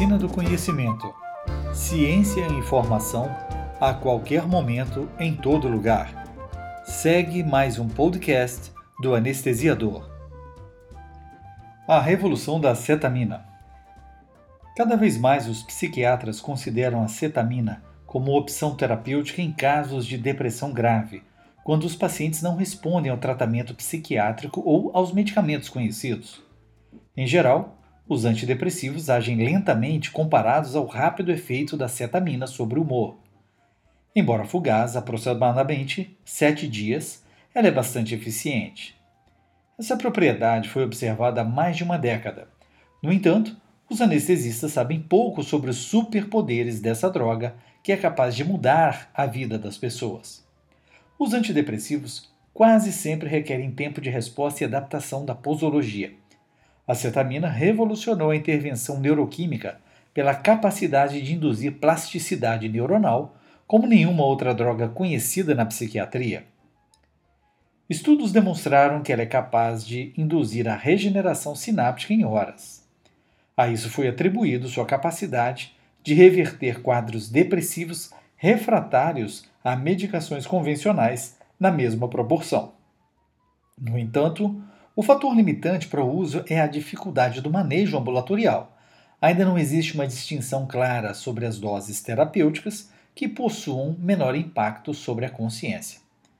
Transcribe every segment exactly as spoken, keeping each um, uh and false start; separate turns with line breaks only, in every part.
Oficina do Conhecimento. Ciência e informação a qualquer momento, em todo lugar. Segue mais um podcast do Anestesiador. A revolução da cetamina. Cada vez mais os psiquiatras consideram a cetamina como opção terapêutica em casos de depressão grave, quando os pacientes não respondem ao tratamento psiquiátrico ou aos medicamentos conhecidos. Em geral, os antidepressivos agem lentamente comparados ao rápido efeito da cetamina sobre o humor. Embora fugaz, aproximadamente sete dias, ela é bastante eficiente. Essa propriedade foi observada há mais de uma década. No entanto, os anestesistas sabem pouco sobre os superpoderes dessa droga que é capaz de mudar a vida das pessoas. Os antidepressivos quase sempre requerem tempo de resposta e adaptação da posologia. A cetamina revolucionou a intervenção neuroquímica pela capacidade de induzir plasticidade neuronal, como nenhuma outra droga conhecida na psiquiatria. Estudos demonstraram que ela é capaz de induzir a regeneração sináptica em horas. A isso foi atribuído sua capacidade de reverter quadros depressivos refratários a medicações convencionais na mesma proporção. No entanto, o fator limitante para o uso é a dificuldade do manejo ambulatorial. Ainda não existe uma distinção clara sobre as doses terapêuticas que possuam menor impacto sobre a consciência.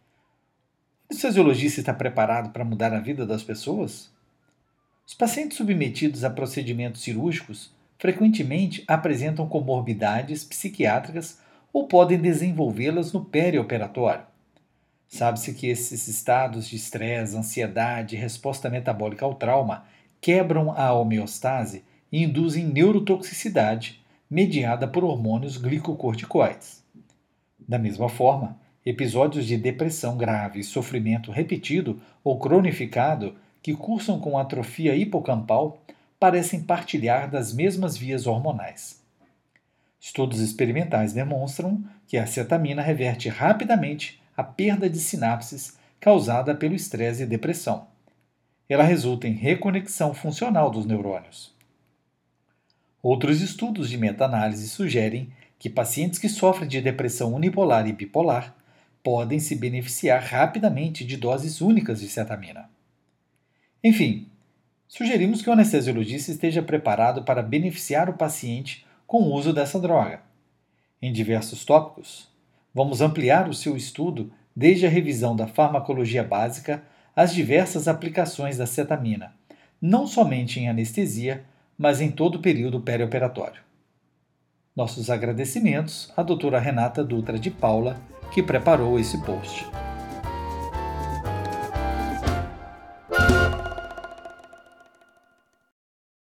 O anestesiologista está preparado para mudar a vida das pessoas? Os pacientes submetidos a procedimentos cirúrgicos frequentemente apresentam comorbidades psiquiátricas ou podem desenvolvê-las no perioperatório. Sabe-se que esses estados de estresse, ansiedade e resposta metabólica ao trauma quebram a homeostase e induzem neurotoxicidade mediada por hormônios glicocorticoides. Da mesma forma, episódios de depressão grave e sofrimento repetido ou cronificado que cursam com atrofia hipocampal parecem partilhar das mesmas vias hormonais. Estudos experimentais demonstram que a cetamina reverte rapidamente a perda de sinapses causada pelo estresse e depressão. Ela resulta em reconexão funcional dos neurônios. Outros estudos de meta-análise sugerem que pacientes que sofrem de depressão unipolar e bipolar podem se beneficiar rapidamente de doses únicas de cetamina. Enfim, sugerimos que o anestesiologista esteja preparado para beneficiar o paciente com o uso dessa droga. Em diversos tópicos, vamos ampliar o seu estudo desde a revisão da farmacologia básica às diversas aplicações da cetamina, não somente em anestesia, mas em todo o período perioperatório. Nossos agradecimentos à doutora Renata Dutra de Paula, que preparou esse post.